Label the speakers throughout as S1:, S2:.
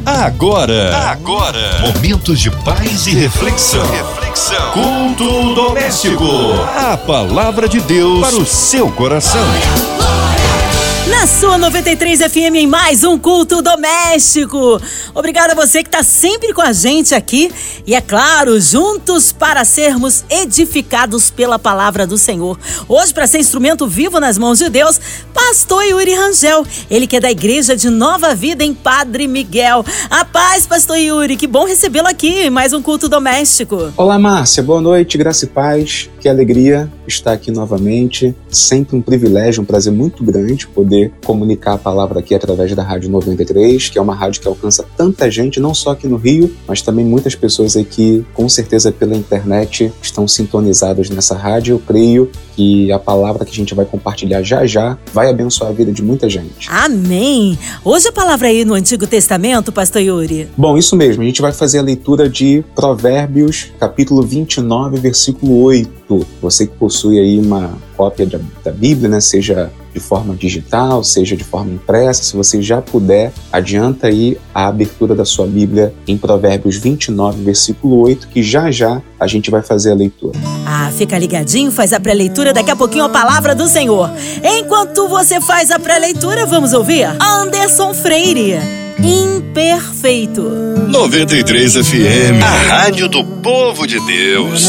S1: Agora, momentos de paz e reflexão. Culto doméstico. A palavra de Deus para o seu coração.
S2: Na sua 93 FM em mais um culto doméstico. Obrigada a você que está sempre com a gente aqui. E é claro, juntos para sermos edificados pela palavra do Senhor. Hoje, para ser instrumento vivo nas mãos de Deus, Pastor Yuri Rangel. Ele que é da Igreja de Nova Vida em Padre Miguel. A paz, Pastor Yuri. Que bom recebê-lo aqui em mais um culto doméstico.
S3: Olá, Márcia. Boa noite, graça e paz. Que alegria estar aqui novamente. Sempre um privilégio, um prazer muito grande poder comunicar a palavra aqui através da Rádio 93, que é uma rádio que alcança tanta gente, não só aqui no Rio, mas também muitas pessoas aqui, com certeza pela internet, estão sintonizadas nessa rádio. Eu creio que a palavra que a gente vai compartilhar já vai abençoar a vida de muita gente.
S2: Amém! Hoje a palavra aí no Antigo Testamento, Pastor Yuri.
S3: Bom, isso mesmo, a gente vai fazer a leitura de Provérbios, capítulo 29, versículo 8. Você que possui aí uma cópia da Bíblia, né, seja de forma digital, seja de forma impressa, se você já puder, adianta aí a abertura da sua Bíblia em Provérbios 29, versículo 8, que já a gente vai fazer a leitura.
S2: Fica ligadinho, faz a pré-leitura, daqui a pouquinho a palavra do Senhor. Enquanto você faz a pré-leitura, vamos ouvir Anderson Freire, Imperfeito.
S1: 93 FM, a rádio do povo de Deus.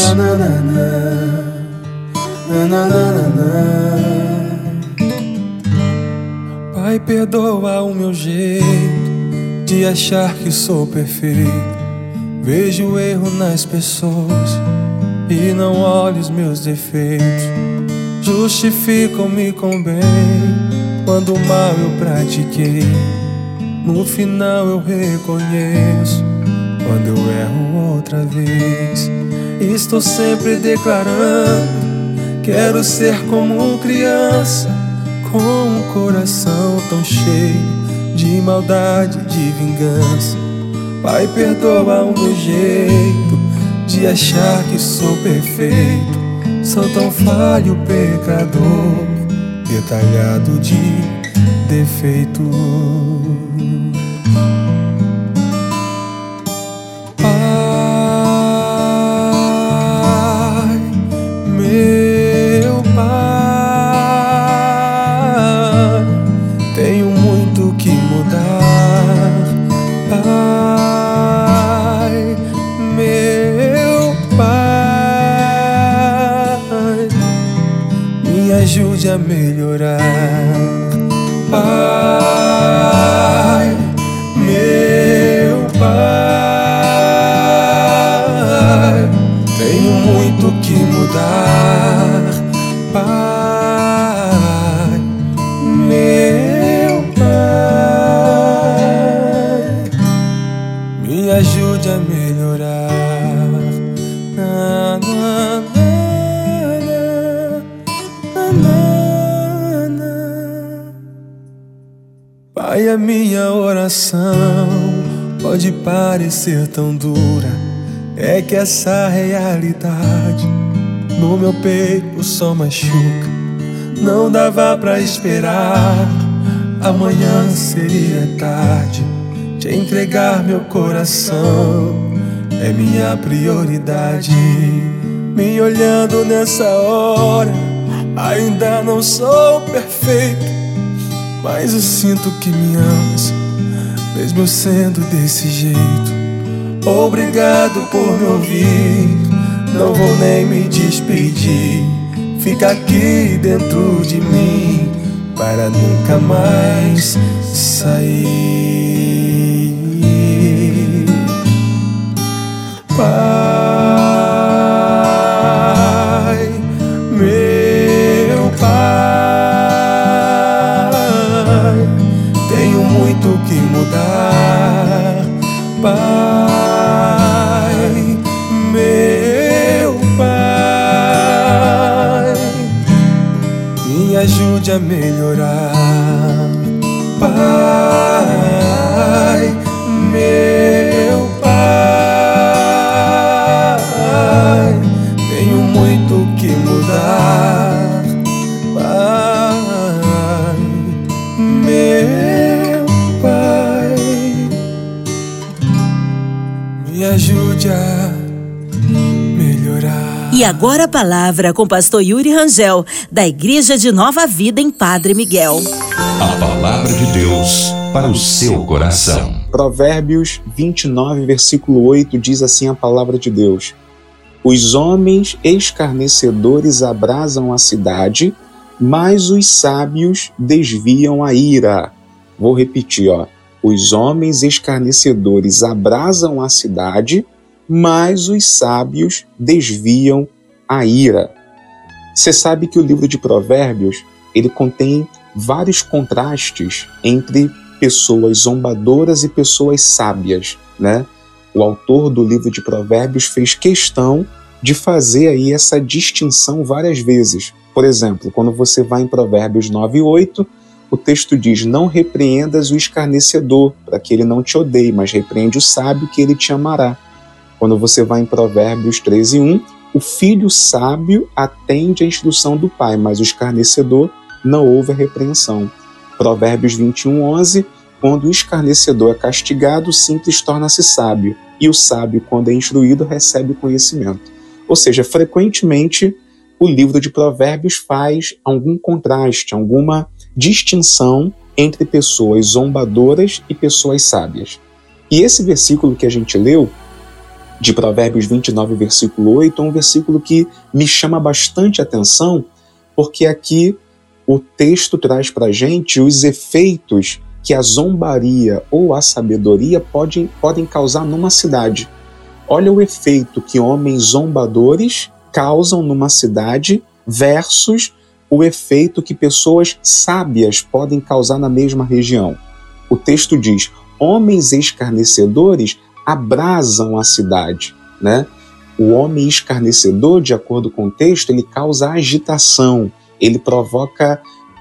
S4: Pai, perdoa o meu jeito de achar que sou perfeito. Vejo o erro nas pessoas e não olho os meus defeitos. Justificam-me com bem quando o mal eu pratiquei. No final eu reconheço quando eu erro outra vez. Estou sempre declarando, quero ser como criança, com um coração tão cheio de maldade, de vingança. Pai, perdoa o meu jeito de achar que sou perfeito. Sou tão falho, pecador, detalhado de defeito. Pai, meu Pai, tenho muito que mudar. Pai, meu Pai, me ajude a melhorar. Pai, meu Pai, tenho muito que mudar. Pai, meu Pai, me ajude a melhorar. Na, na, na, na, na. Pai, a minha oração pode parecer tão dura, é que essa realidade no meu peito só machuca. Não dava pra esperar, amanhã seria tarde. Te entregar meu coração é minha prioridade. Me olhando nessa hora, ainda não sou perfeito, mas eu sinto que me amas, mesmo eu sendo desse jeito. Obrigado por me ouvir, não vou nem me despedir. Fica aqui dentro de mim para nunca mais sair. Pai, meu Pai, tenho muito que mudar. Pai, meu Pai, me ajude a melhorar. Pai, meu Pai, tenho muito que mudar. Pai, meu Pai, me ajude a melhorar.
S2: E agora a palavra com o pastor Yuri Rangel, da Igreja de Nova Vida em Padre Miguel.
S1: A palavra de Deus para o seu coração.
S3: Provérbios 29, versículo 8 diz assim a palavra de Deus: os homens escarnecedores abrasam a cidade, mas os sábios desviam a ira. Vou repetir, os homens escarnecedores abrasam a cidade, mas os sábios desviam a ira. Você sabe que o livro de Provérbios, ele contém vários contrastes entre pessoas zombadoras e pessoas sábias, né? O autor do livro de Provérbios fez questão de fazer aí essa distinção várias vezes. Por exemplo, quando você vai em Provérbios 9:8, o texto diz: não repreendas o escarnecedor, para que ele não te odeie, mas repreende o sábio, que ele te amará. Quando você vai em Provérbios 13:1, o filho sábio atende à instrução do pai, mas o escarnecedor não ouve a repreensão. Provérbios 21:11, quando o escarnecedor é castigado, o simples torna-se sábio, e o sábio, quando é instruído, recebe conhecimento. Ou seja, frequentemente o livro de Provérbios faz algum contraste, alguma distinção entre pessoas zombadoras e pessoas sábias. E esse versículo que a gente leu, de Provérbios 29, versículo 8, é um versículo que me chama bastante atenção, porque aqui o texto traz para a gente os efeitos que a zombaria ou a sabedoria podem causar numa cidade. Olha o efeito que homens zombadores causam numa cidade versus o efeito que pessoas sábias podem causar na mesma região. O texto diz: homens escarnecedores abrasam a cidade, né? O homem escarnecedor, de acordo com o texto, ele causa agitação, ele provoca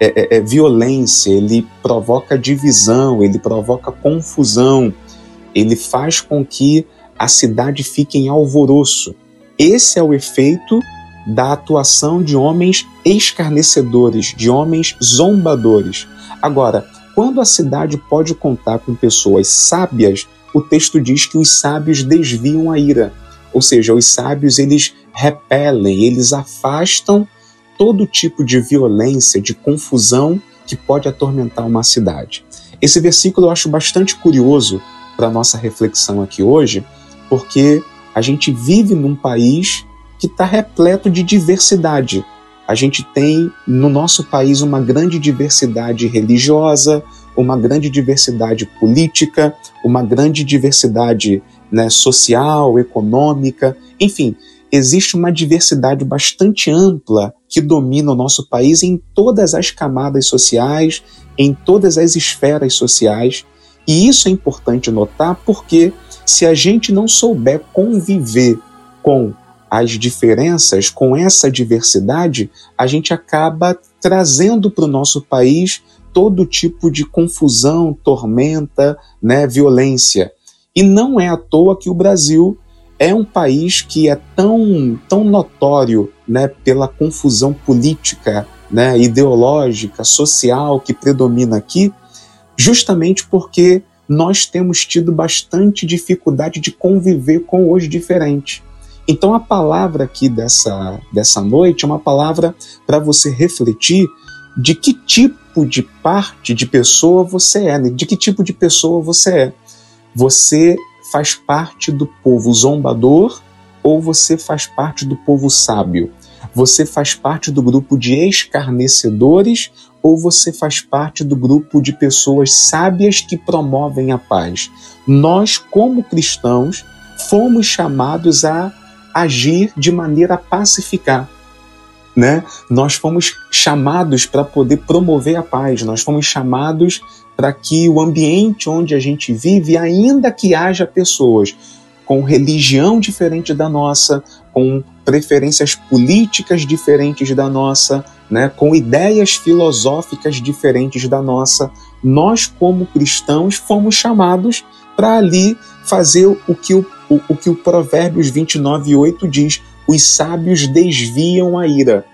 S3: violência, ele provoca divisão, ele provoca confusão, ele faz com que a cidade fique em alvoroço. Esse é o efeito da atuação de homens escarnecedores, de homens zombadores. Agora, quando a cidade pode contar com pessoas sábias, o texto diz que os sábios desviam a ira. Ou seja, os sábios, eles repelem, eles afastam todo tipo de violência, de confusão que pode atormentar uma cidade. Esse versículo eu acho bastante curioso para a nossa reflexão aqui hoje, porque a gente vive num país que está repleto de diversidade. A gente tem no nosso país uma grande diversidade religiosa, uma grande diversidade política, uma grande diversidade, né, social, econômica, enfim, existe uma diversidade bastante ampla que domina o nosso país em todas as camadas sociais, em todas as esferas sociais, e isso é importante notar porque se a gente não souber conviver com as diferenças, com essa diversidade, a gente acaba trazendo para o nosso país todo tipo de confusão, tormenta, né, violência. E não é à toa que o Brasil é um país que é tão notório, né, pela confusão política, né, ideológica, social que predomina aqui, justamente porque nós temos tido bastante dificuldade de conviver com os diferentes. Então a palavra aqui dessa noite é uma palavra para você refletir de que tipo de parte de pessoa você é, né? De que tipo de pessoa você é. Você faz parte do povo zombador ou você faz parte do povo sábio? Você faz parte do grupo de escarnecedores ou você faz parte do grupo de pessoas sábias que promovem a paz? Nós, como cristãos, fomos chamados a agir de maneira a pacificar, né? Nós fomos chamados para poder promover a paz, nós fomos chamados para que o ambiente onde a gente vive, ainda que haja pessoas com religião diferente da nossa, com preferências políticas diferentes da nossa, né, com ideias filosóficas diferentes da nossa, nós como cristãos fomos chamados para ali fazer o que o Provérbios 29:8 diz: os sábios desviam a ira.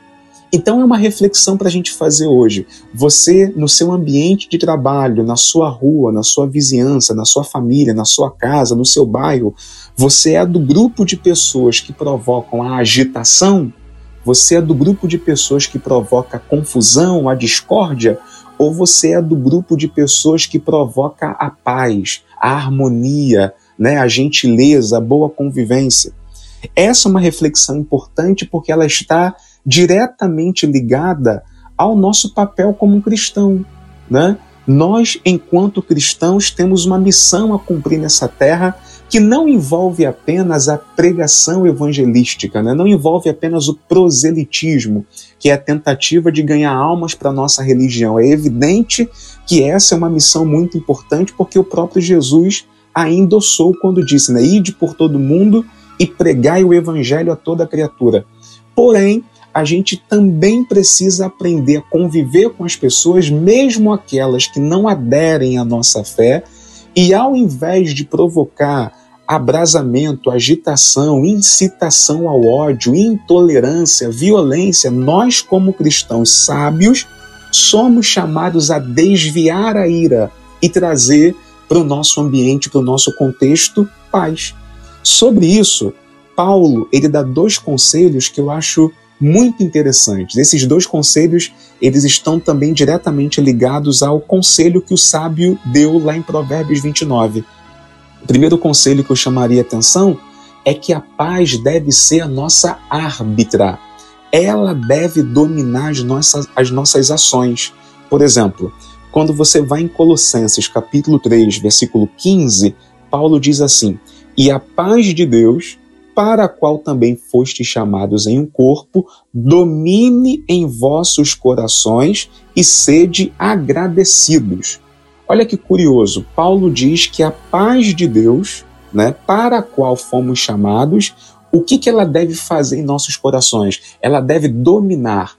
S3: Então é uma reflexão para a gente fazer hoje. Você, no seu ambiente de trabalho, na sua rua, na sua vizinhança, na sua família, na sua casa, no seu bairro, você é do grupo de pessoas que provocam a agitação? Você é do grupo de pessoas que provoca a confusão, a discórdia? Ou você é do grupo de pessoas que provoca a paz, a harmonia, né, a gentileza, a boa convivência? Essa é uma reflexão importante porque ela está diretamente ligada ao nosso papel como cristão, né? Nós, enquanto cristãos, temos uma missão a cumprir nessa terra que não envolve apenas a pregação evangelística, né? Não envolve apenas o proselitismo, que é a tentativa de ganhar almas para a nossa religião. É evidente que essa é uma missão muito importante porque o próprio Jesus a endossou quando disse, né? Ide por todo mundo e pregai o evangelho a toda criatura. Porém, a gente também precisa aprender a conviver com as pessoas, mesmo aquelas que não aderem à nossa fé, e ao invés de provocar abrasamento, agitação, incitação ao ódio, intolerância, violência, nós como cristãos sábios somos chamados a desviar a ira e trazer para o nosso ambiente, para o nosso contexto, paz. Sobre isso, Paulo, ele dá 2 conselhos que eu acho muito interessantes. Esses 2 conselhos, eles estão também diretamente ligados ao conselho que o sábio deu lá em Provérbios 29. O primeiro conselho que eu chamaria atenção é que a paz deve ser a nossa árbitra. Ela deve dominar as nossas ações. Por exemplo, quando você vai em Colossenses capítulo 3, versículo 15, Paulo diz assim, e a paz de Deus, para a qual também fostes chamados em um corpo, domine em vossos corações e sede agradecidos. Olha que curioso, Paulo diz que a paz de Deus, né, para a qual fomos chamados, o que ela deve fazer em nossos corações? Ela deve dominar,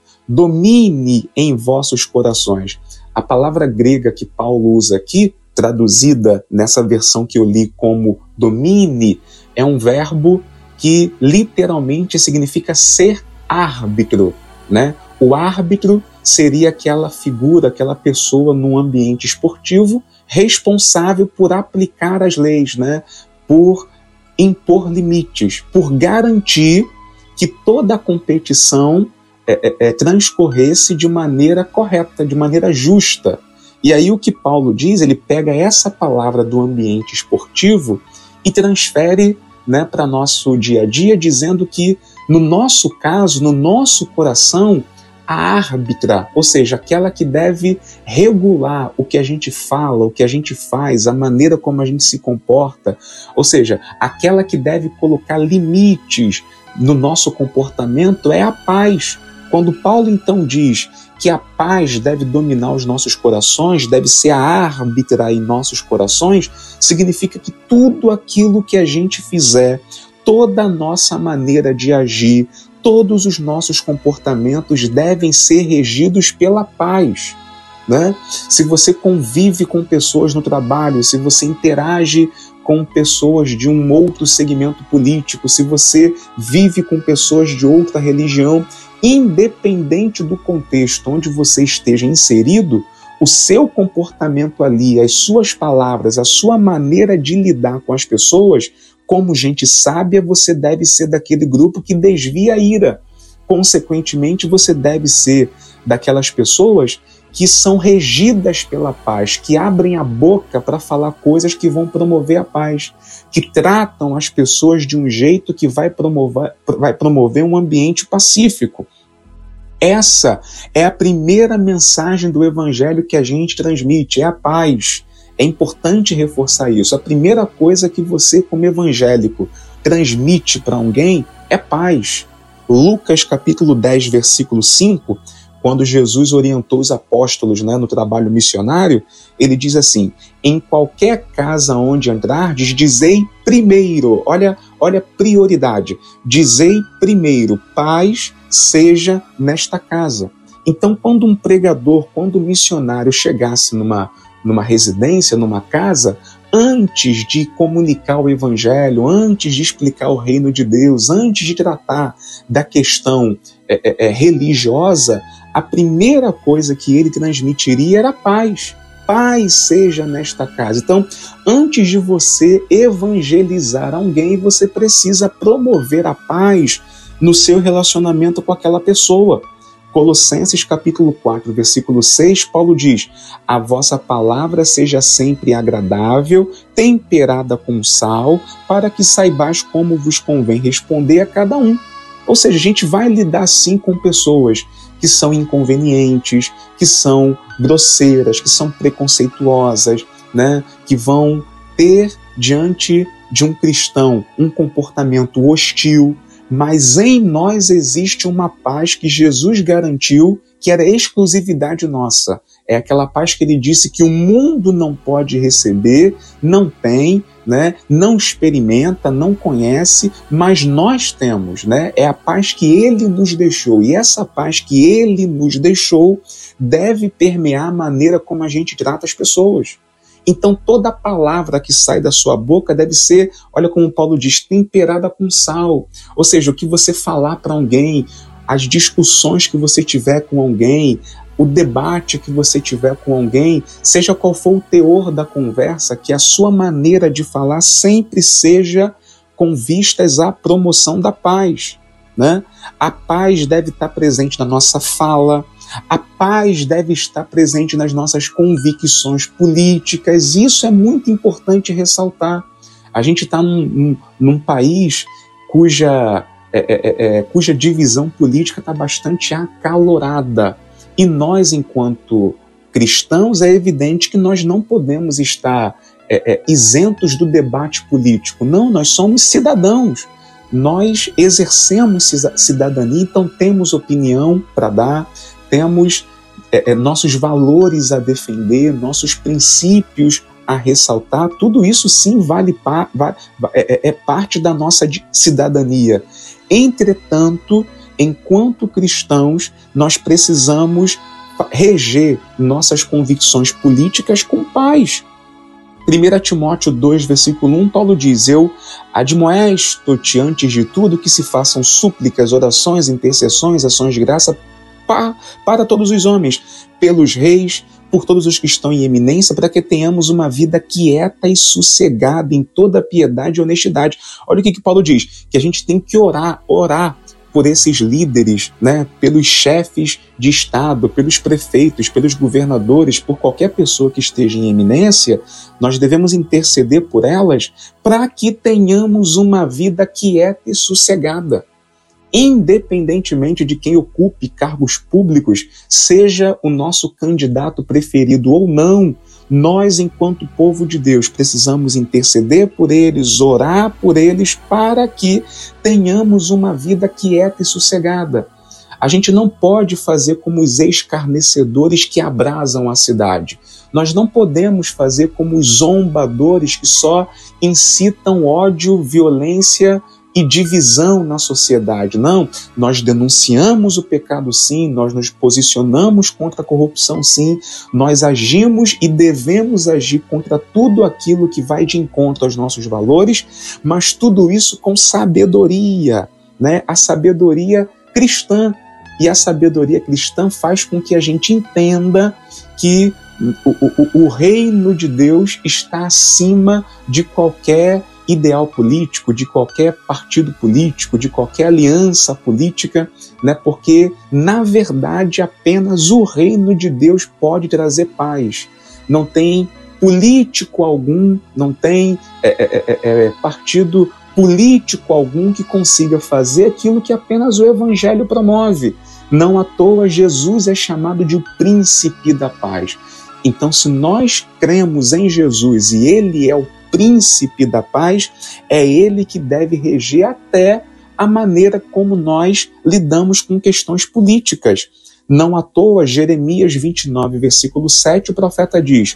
S3: domine em vossos corações. A palavra grega que Paulo usa aqui, traduzida nessa versão que eu li como domine, é um verbo que literalmente significa ser árbitro, né? O árbitro seria aquela figura, aquela pessoa num ambiente esportivo responsável por aplicar as leis, né? Por impor limites, por garantir que toda a competição transcorresse de maneira correta, de maneira justa. E aí o que Paulo diz, ele pega essa palavra do ambiente esportivo e transfere, né, para nosso dia a dia, dizendo que no nosso caso, no nosso coração, a árbitra, ou seja, aquela que deve regular o que a gente fala, o que a gente faz, a maneira como a gente se comporta, ou seja, aquela que deve colocar limites no nosso comportamento é a paz. Quando Paulo então diz que a paz deve dominar os nossos corações, deve ser a árbitra em nossos corações, significa que tudo aquilo que a gente fizer, toda a nossa maneira de agir, todos os nossos comportamentos devem ser regidos pela paz, né? Se você convive com pessoas no trabalho, se você interage com pessoas de um outro segmento político, se você vive com pessoas de outra religião, independente do contexto onde você esteja inserido, o seu comportamento ali, as suas palavras, a sua maneira de lidar com as pessoas, como gente sábia, você deve ser daquele grupo que desvia a ira. Consequentemente, você deve ser daquelas pessoas que são regidas pela paz, que abrem a boca para falar coisas que vão promover a paz, que tratam as pessoas de um jeito que vai promover um ambiente pacífico. Essa é a primeira mensagem do evangelho que a gente transmite, é a paz. É importante reforçar isso. A primeira coisa que você, como evangélico, transmite para alguém é paz. Lucas capítulo 10, versículo 5, quando Jesus orientou os apóstolos, né, no trabalho missionário, ele diz assim, em qualquer casa onde entrardes, dizei primeiro, olha a prioridade, dizei primeiro, paz seja nesta casa. Então, quando um pregador, quando um missionário chegasse numa residência, numa casa, antes de comunicar o evangelho, antes de explicar o reino de Deus, antes de tratar da questão religiosa, a primeira coisa que ele transmitiria era paz. Paz seja nesta casa. Então, antes de você evangelizar alguém, você precisa promover a paz no seu relacionamento com aquela pessoa. Colossenses capítulo 4, versículo 6, Paulo diz: a vossa palavra seja sempre agradável, temperada com sal, para que saibais como vos convém responder a cada um. Ou seja, a gente vai lidar sim com pessoas que são inconvenientes, que são grosseiras, que são preconceituosas, né? Que vão ter diante de um cristão um comportamento hostil, mas em nós existe uma paz que Jesus garantiu que era exclusividade nossa. É aquela paz que ele disse que o mundo não pode receber, não tem, né? Não experimenta, não conhece, mas nós temos, né? É a paz que ele nos deixou. E essa paz que ele nos deixou deve permear a maneira como a gente trata as pessoas. Então toda palavra que sai da sua boca deve ser, olha como Paulo diz, temperada com sal. Ou seja, o que você falar para alguém, as discussões que você tiver com alguém, o debate que você tiver com alguém, seja qual for o teor da conversa, que a sua maneira de falar sempre seja com vistas à promoção da paz, né? A paz deve estar presente na nossa fala, a paz deve estar presente nas nossas convicções políticas. Isso é muito importante ressaltar. A gente está num país cuja divisão política está bastante acalorada. E nós, enquanto cristãos, é evidente que nós não podemos estar isentos do debate político. Não, nós somos cidadãos. Nós exercemos cidadania, então temos opinião para dar, temos nossos valores a defender, nossos princípios a ressaltar. Tudo isso sim é parte da nossa cidadania. Entretanto, enquanto cristãos, nós precisamos reger nossas convicções políticas com paz. 1 Timóteo 2, versículo 1, Paulo diz: eu admoesto-te antes de tudo que se façam súplicas, orações, intercessões, ações de graça para todos os homens, pelos reis, por todos os que estão em eminência, para que tenhamos uma vida quieta e sossegada em toda piedade e honestidade. Olha o que Paulo diz, que a gente tem que orar por esses líderes, né, pelos chefes de Estado, pelos prefeitos, pelos governadores, por qualquer pessoa que esteja em eminência. Nós devemos interceder por elas para que tenhamos uma vida quieta e sossegada. Independentemente de quem ocupe cargos públicos, seja o nosso candidato preferido ou não, nós, enquanto povo de Deus, precisamos interceder por eles, orar por eles, para que tenhamos uma vida quieta e sossegada. A gente não pode fazer como os escarnecedores que abrasam a cidade. Nós não podemos fazer como os zombadores que só incitam ódio, violência e divisão na sociedade. Não, nós denunciamos o pecado sim, nós nos posicionamos contra a corrupção sim, nós agimos e devemos agir contra tudo aquilo que vai de encontro aos nossos valores, mas tudo isso com sabedoria, né? A sabedoria cristã. E a sabedoria cristã faz com que a gente entenda que o reino de Deus está acima de qualquer ideal político, de qualquer partido político, de qualquer aliança política, né? Porque, na verdade, apenas o reino de Deus pode trazer paz. Não tem político algum, não tem partido político algum que consiga fazer aquilo que apenas o Evangelho promove. Não à toa, Jesus é chamado de o príncipe da paz. Então, se nós cremos em Jesus e Ele é o príncipe da paz, é ele que deve reger até a maneira como nós lidamos com questões políticas. Não à toa, Jeremias 29, versículo 7, o profeta diz: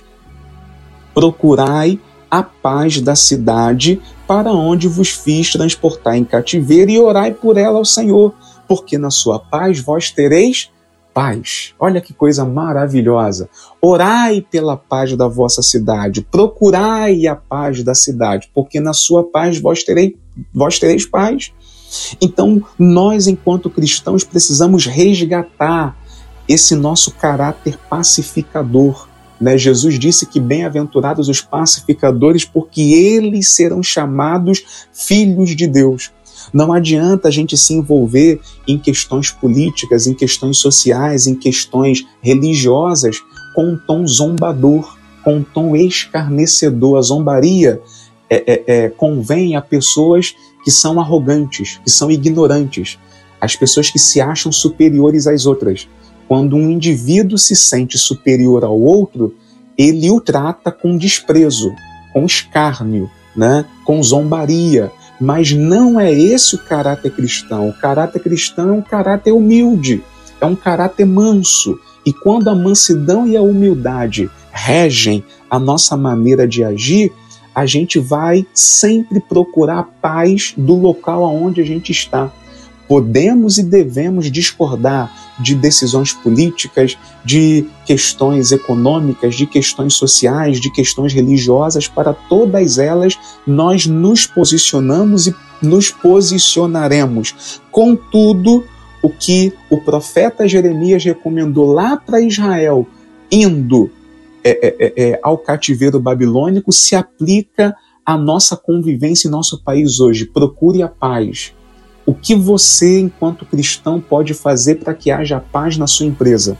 S3: procurai a paz da cidade para onde vos fiz transportar em cativeiro e orai por ela ao Senhor, porque na sua paz vós tereis paz. Olha que coisa maravilhosa. Orai pela paz da vossa cidade, procurai a paz da cidade, porque na sua paz vós tereis paz. Então, nós, enquanto cristãos, precisamos resgatar esse nosso caráter pacificador, né? Jesus disse que bem-aventurados os pacificadores, porque eles serão chamados filhos de Deus. Não adianta a gente se envolver em questões políticas, em questões sociais, em questões religiosas com um tom zombador, com um tom escarnecedor. A zombaria convém a pessoas que são arrogantes, que são ignorantes, as pessoas que se acham superiores às outras. Quando um indivíduo se sente superior ao outro, ele o trata com desprezo, com escárnio, né? Com zombaria. Mas não é esse o caráter cristão. O caráter cristão é um caráter humilde, é um caráter manso. E quando a mansidão e a humildade regem a nossa maneira de agir, a gente vai sempre procurar a paz do local aonde a gente está. Podemos e devemos discordar de decisões políticas, de questões econômicas, de questões sociais, de questões religiosas. Para todas elas, nós nos posicionamos e nos posicionaremos. Contudo, o que o profeta Jeremias recomendou lá para Israel, indo ao cativeiro babilônico, se aplica à nossa convivência em nosso país hoje. Procure a paz. O que você, enquanto cristão, pode fazer para que haja paz na sua empresa?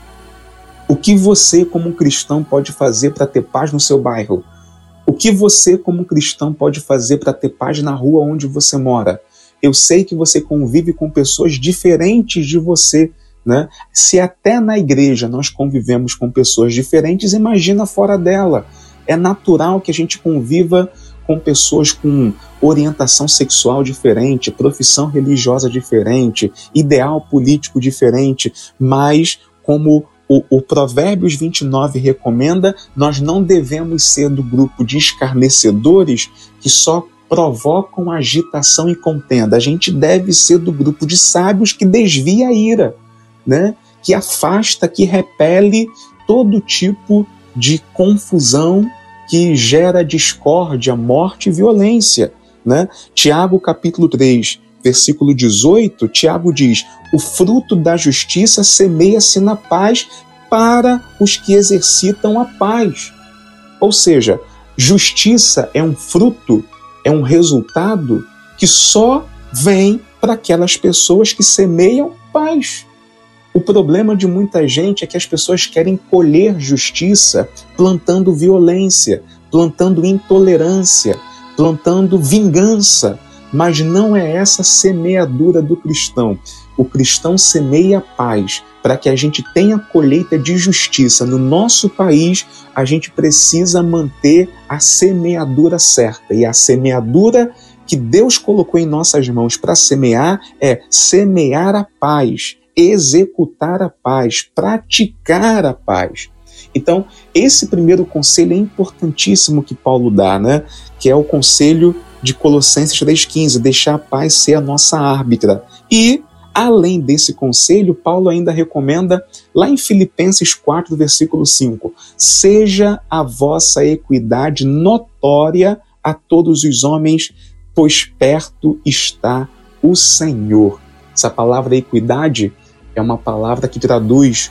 S3: O que você, como cristão, pode fazer para ter paz no seu bairro? O que você, como cristão, pode fazer para ter paz na rua onde você mora? Eu sei que você convive com pessoas diferentes de você, né? Se até na igreja nós convivemos com pessoas diferentes, imagina fora dela. É natural que a gente conviva com pessoas com orientação sexual diferente, profissão religiosa diferente, ideal político diferente, mas como o Provérbios 29 recomenda, nós não devemos ser do grupo de escarnecedores que só provocam agitação e contenda. A gente deve ser do grupo de sábios que desvia a ira, né? Que afasta, que repele todo tipo de confusão que gera discórdia, morte e violência, né? Tiago capítulo 3, versículo 18, Tiago diz: o fruto da justiça semeia-se na paz para os que exercitam a paz. Ou seja, justiça é um fruto, é um resultado que só vem para aquelas pessoas que semeiam paz. O problema de muita gente é que as pessoas querem colher justiça plantando violência, plantando intolerância, plantando vingança, mas não é essa a semeadura do cristão. O cristão semeia paz. Para que a gente tenha colheita de justiça no nosso país, a gente precisa manter a semeadura certa. E a semeadura que Deus colocou em nossas mãos para semear é semear a paz, executar a paz, praticar a paz. Então, esse primeiro conselho é importantíssimo que Paulo dá, né? Que é o conselho de Colossenses 3,15, deixar a paz ser a nossa árbitra. E, além desse conselho, Paulo ainda recomenda, lá em Filipenses 4, versículo 5, seja a vossa equidade notória a todos os homens, pois perto está o Senhor. Essa palavra equidade é uma palavra que traduz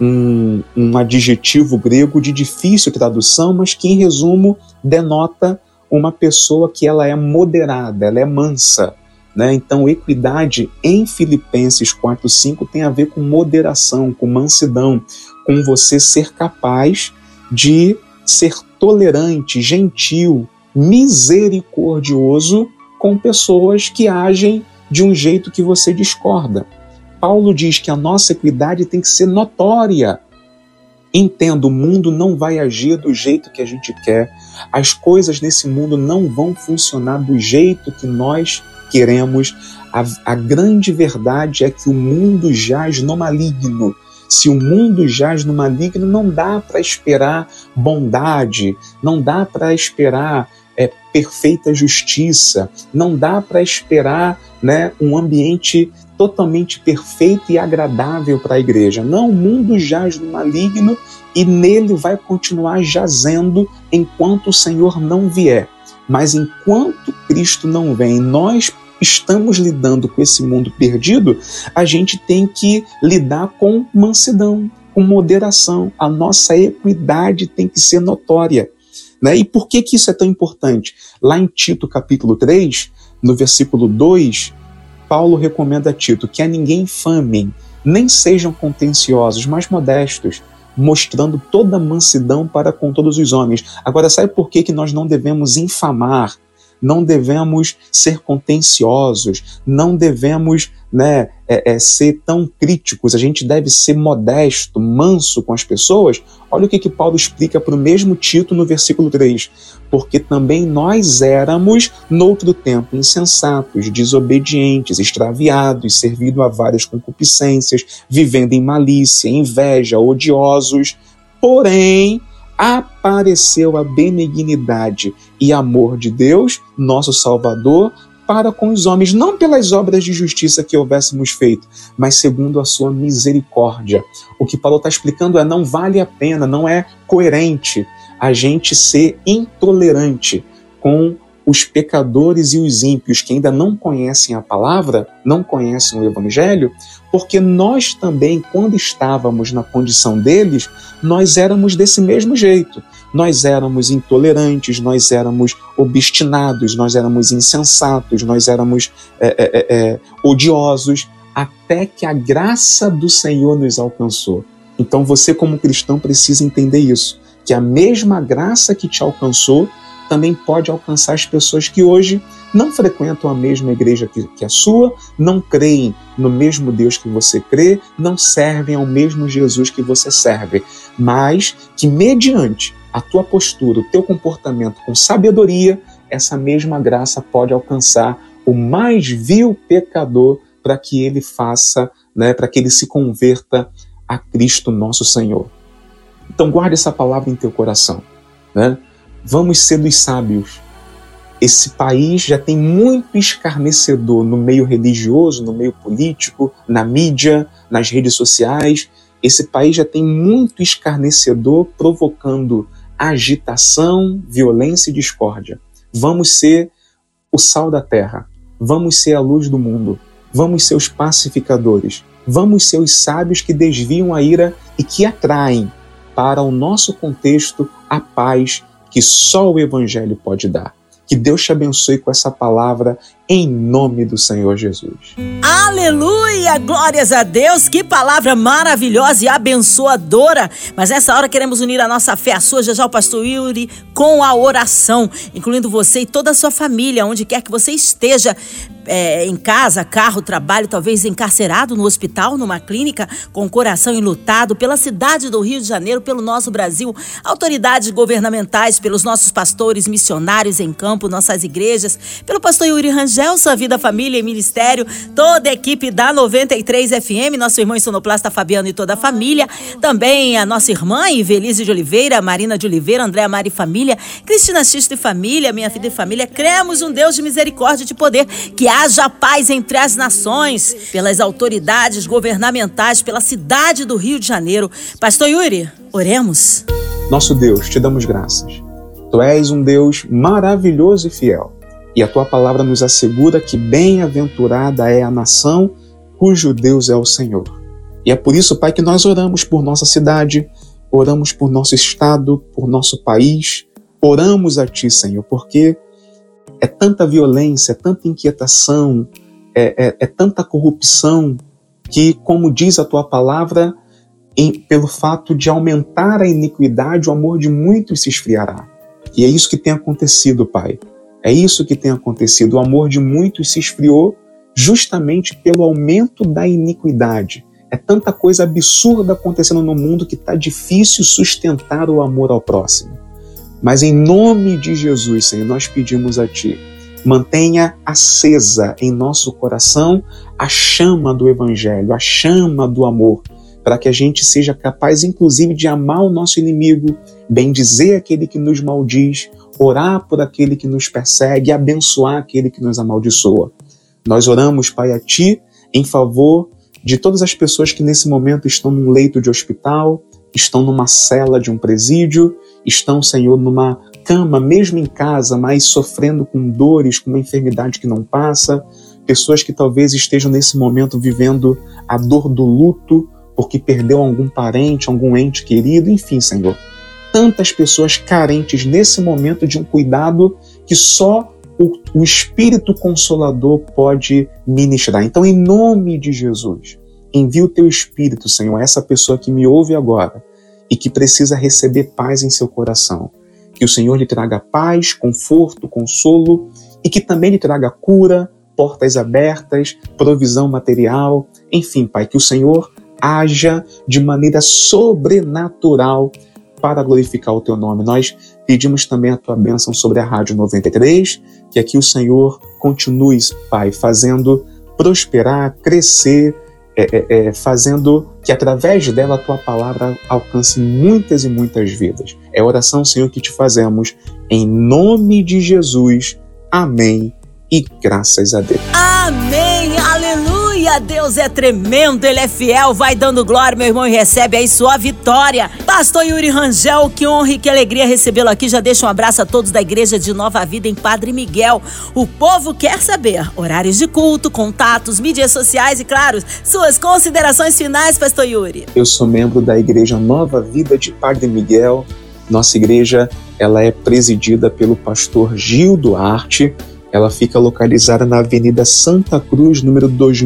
S3: um adjetivo grego de difícil tradução, mas que, em resumo, denota uma pessoa que ela é moderada, ela é mansa, né? Então, equidade em Filipenses 4:5 tem a ver com moderação, com mansidão, com você ser capaz de ser tolerante, gentil, misericordioso com pessoas que agem de um jeito que você discorda. Paulo diz que a nossa equidade tem que ser notória. Entenda, o mundo não vai agir do jeito que a gente quer. As coisas nesse mundo não vão funcionar do jeito que nós queremos. A grande verdade é que o mundo jaz no maligno. Se o mundo jaz no maligno, não dá para esperar bondade, não dá para esperar perfeita justiça, não dá para esperar, né, um ambiente totalmente perfeito e agradável para a igreja. Não, o mundo jaz no maligno e nele vai continuar jazendo enquanto o Senhor não vier. Mas enquanto Cristo não vem, nós estamos lidando com esse mundo perdido, a gente tem que lidar com mansidão, com moderação. A nossa equidade tem que ser notória, né? E por que isso é tão importante? Lá em Tito capítulo 3, no versículo 2, Paulo recomenda a Tito que a ninguém infamem, nem sejam contenciosos, mas modestos, mostrando toda mansidão para com todos os homens. Agora, sabe por que nós não devemos infamar, não devemos ser contenciosos, não devemos ser tão críticos, a gente deve ser modesto, manso com as pessoas? Olha o que Paulo explica para o mesmo Tito no versículo 3. Porque também nós éramos, noutro tempo, insensatos, desobedientes, extraviados, servindo a várias concupiscências, vivendo em malícia, inveja, odiosos. Porém, apareceu a benignidade e amor de Deus, nosso Salvador, para com os homens, não pelas obras de justiça que houvéssemos feito, mas segundo a sua misericórdia. O que Paulo está explicando não vale a pena, não é coerente a gente ser intolerante com os pecadores e os ímpios que ainda não conhecem a palavra, não conhecem o Evangelho, porque nós também, quando estávamos na condição deles, nós éramos desse mesmo jeito. Nós éramos intolerantes, nós éramos obstinados, nós éramos insensatos, nós éramos odiosos, até que a graça do Senhor nos alcançou. Então você, como cristão, precisa entender isso, que a mesma graça que te alcançou também pode alcançar as pessoas que hoje não frequentam a mesma igreja que a sua, não creem no mesmo Deus que você crê, não servem ao mesmo Jesus que você serve, mas que mediante a tua postura, o teu comportamento com sabedoria, essa mesma graça pode alcançar o mais vil pecador para que ele faça, para que ele se converta a Cristo nosso Senhor. Então guarde essa palavra em teu coração, né? Vamos ser dos sábios. Esse país já tem muito escarnecedor no meio religioso, no meio político, na mídia, nas redes sociais. Esse país já tem muito escarnecedor provocando agitação, violência e discórdia. Vamos ser o sal da terra. Vamos ser a luz do mundo. Vamos ser os pacificadores. Vamos ser os sábios que desviam a ira e que atraem para o nosso contexto a paz que só o Evangelho pode dar. Que Deus te abençoe com essa palavra, em nome do Senhor Jesus.
S2: Aleluia! Glórias a Deus! Que palavra maravilhosa e abençoadora! Mas nessa hora queremos unir a nossa fé, a sua, já o pastor Yuri, com a oração, incluindo você e toda a sua família, onde quer que você esteja, em casa, carro, trabalho, talvez encarcerado no hospital, numa clínica, com o coração enlutado, pela cidade do Rio de Janeiro, pelo nosso Brasil, autoridades governamentais, pelos nossos pastores, missionários em campo, nossas igrejas, pelo pastor Yuri Rangel, sua vida, família e ministério, toda a equipe da 93 FM, nosso irmão sonoplasta Fabiano e toda a família, também a nossa irmã Ivelise de Oliveira, Marina de Oliveira, Andréa Mari e família, Cristina Xisto e família, minha vida e família. Cremos um Deus de misericórdia e de poder, que haja paz entre as nações, pelas autoridades governamentais, pela cidade do Rio de Janeiro. Pastor Yuri, oremos.
S3: Nosso Deus, te damos graças. Tu és um Deus maravilhoso e fiel. E a tua palavra nos assegura que bem-aventurada é a nação cujo Deus é o Senhor. E é por isso, Pai, que nós oramos por nossa cidade, oramos por nosso estado, por nosso país. Oramos a Ti, Senhor, porque é tanta violência, é tanta inquietação, é tanta corrupção que, como diz a Tua palavra, pelo fato de aumentar a iniquidade, o amor de muitos se esfriará. E é isso que tem acontecido, Pai. É isso que tem acontecido. O amor de muitos se esfriou justamente pelo aumento da iniquidade. É tanta coisa absurda acontecendo no mundo que está difícil sustentar o amor ao próximo. Mas em nome de Jesus, Senhor, nós pedimos a Ti, mantenha acesa em nosso coração a chama do Evangelho, a chama do amor, para que a gente seja capaz, inclusive, de amar o nosso inimigo, bendizer aquele que nos maldiz, orar por aquele que nos persegue, abençoar aquele que nos amaldiçoa. Nós oramos, Pai, a Ti, em favor de todas as pessoas que nesse momento estão num leito de hospital, estão numa cela de um presídio, estão, Senhor, numa cama, mesmo em casa, mas sofrendo com dores, com uma enfermidade que não passa, pessoas que talvez estejam nesse momento vivendo a dor do luto, porque perdeu algum parente, algum ente querido, enfim, Senhor. Tantas pessoas carentes nesse momento de um cuidado que só o Espírito Consolador pode ministrar. Então, em nome de Jesus, envia o Teu Espírito, Senhor, a essa pessoa que me ouve agora e que precisa receber paz em seu coração. Que o Senhor lhe traga paz, conforto, consolo e que também lhe traga cura, portas abertas, provisão material. Enfim, Pai, que o Senhor haja de maneira sobrenatural para glorificar o Teu nome. Nós pedimos também a Tua bênção sobre a Rádio 93, que aqui o Senhor continue, Pai, fazendo prosperar, crescer, fazendo que através dela a Tua palavra alcance muitas e muitas vidas. É a oração, Senhor, que Te fazemos em nome de Jesus. Amém e graças a Deus.
S2: Amém, aleluia, Deus é tremendo, Ele é fiel, vai dando glória, meu irmão, e recebe aí sua vitória. Pastor Yuri Rangel, que honra e que alegria recebê-lo aqui. Já deixa um abraço a todos da Igreja de Nova Vida em Padre Miguel. O povo quer saber horários de culto, contatos, mídias sociais e, claro, suas considerações finais, Pastor Yuri.
S3: Eu sou membro da Igreja Nova Vida de Padre Miguel. Nossa igreja, ela é presidida pelo pastor Gil Duarte. Ela fica localizada na Avenida Santa Cruz, número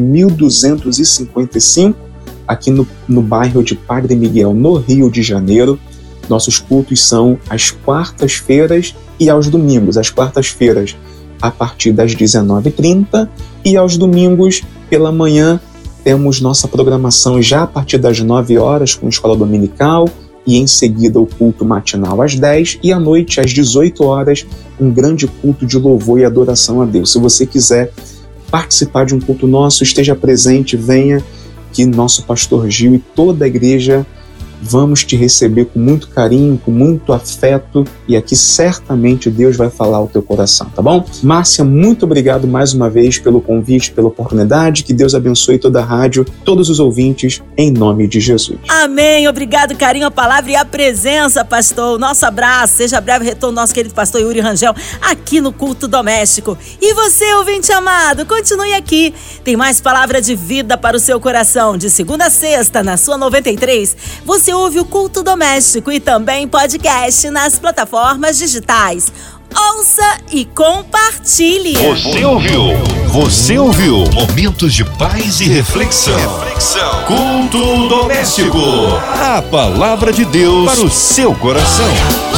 S3: 2255, aqui no bairro de Padre Miguel, no Rio de Janeiro. Nossos cultos são às quartas-feiras e aos domingos. Às quartas-feiras, a partir das 19h30, e aos domingos, pela manhã, temos nossa programação já a partir das 9 horas, com escola dominical, e em seguida o culto matinal às 10 e à noite às 18 horas, um grande culto de louvor e adoração a Deus. Se você quiser participar de um culto nosso, esteja presente, venha, que nosso pastor Gil e toda a igreja vamos te receber com muito carinho, com muito afeto, e aqui certamente Deus vai falar ao teu coração, tá bom? Márcia, muito obrigado mais uma vez pelo convite, pela oportunidade, que Deus abençoe toda a rádio, todos os ouvintes, em nome de Jesus.
S2: Amém, obrigado, carinho, a palavra e a presença, pastor. Nosso abraço, seja breve retorno nosso querido pastor Yuri Rangel, aqui no Culto Doméstico. E você, ouvinte amado, continue aqui, tem mais palavra de vida para o seu coração, de segunda a sexta, na sua 93, você ouve o Culto Doméstico e também podcast nas plataformas digitais. Ouça e compartilhe.
S1: Você ouviu momentos de paz e reflexão. Culto Doméstico. A palavra de Deus para o seu coração.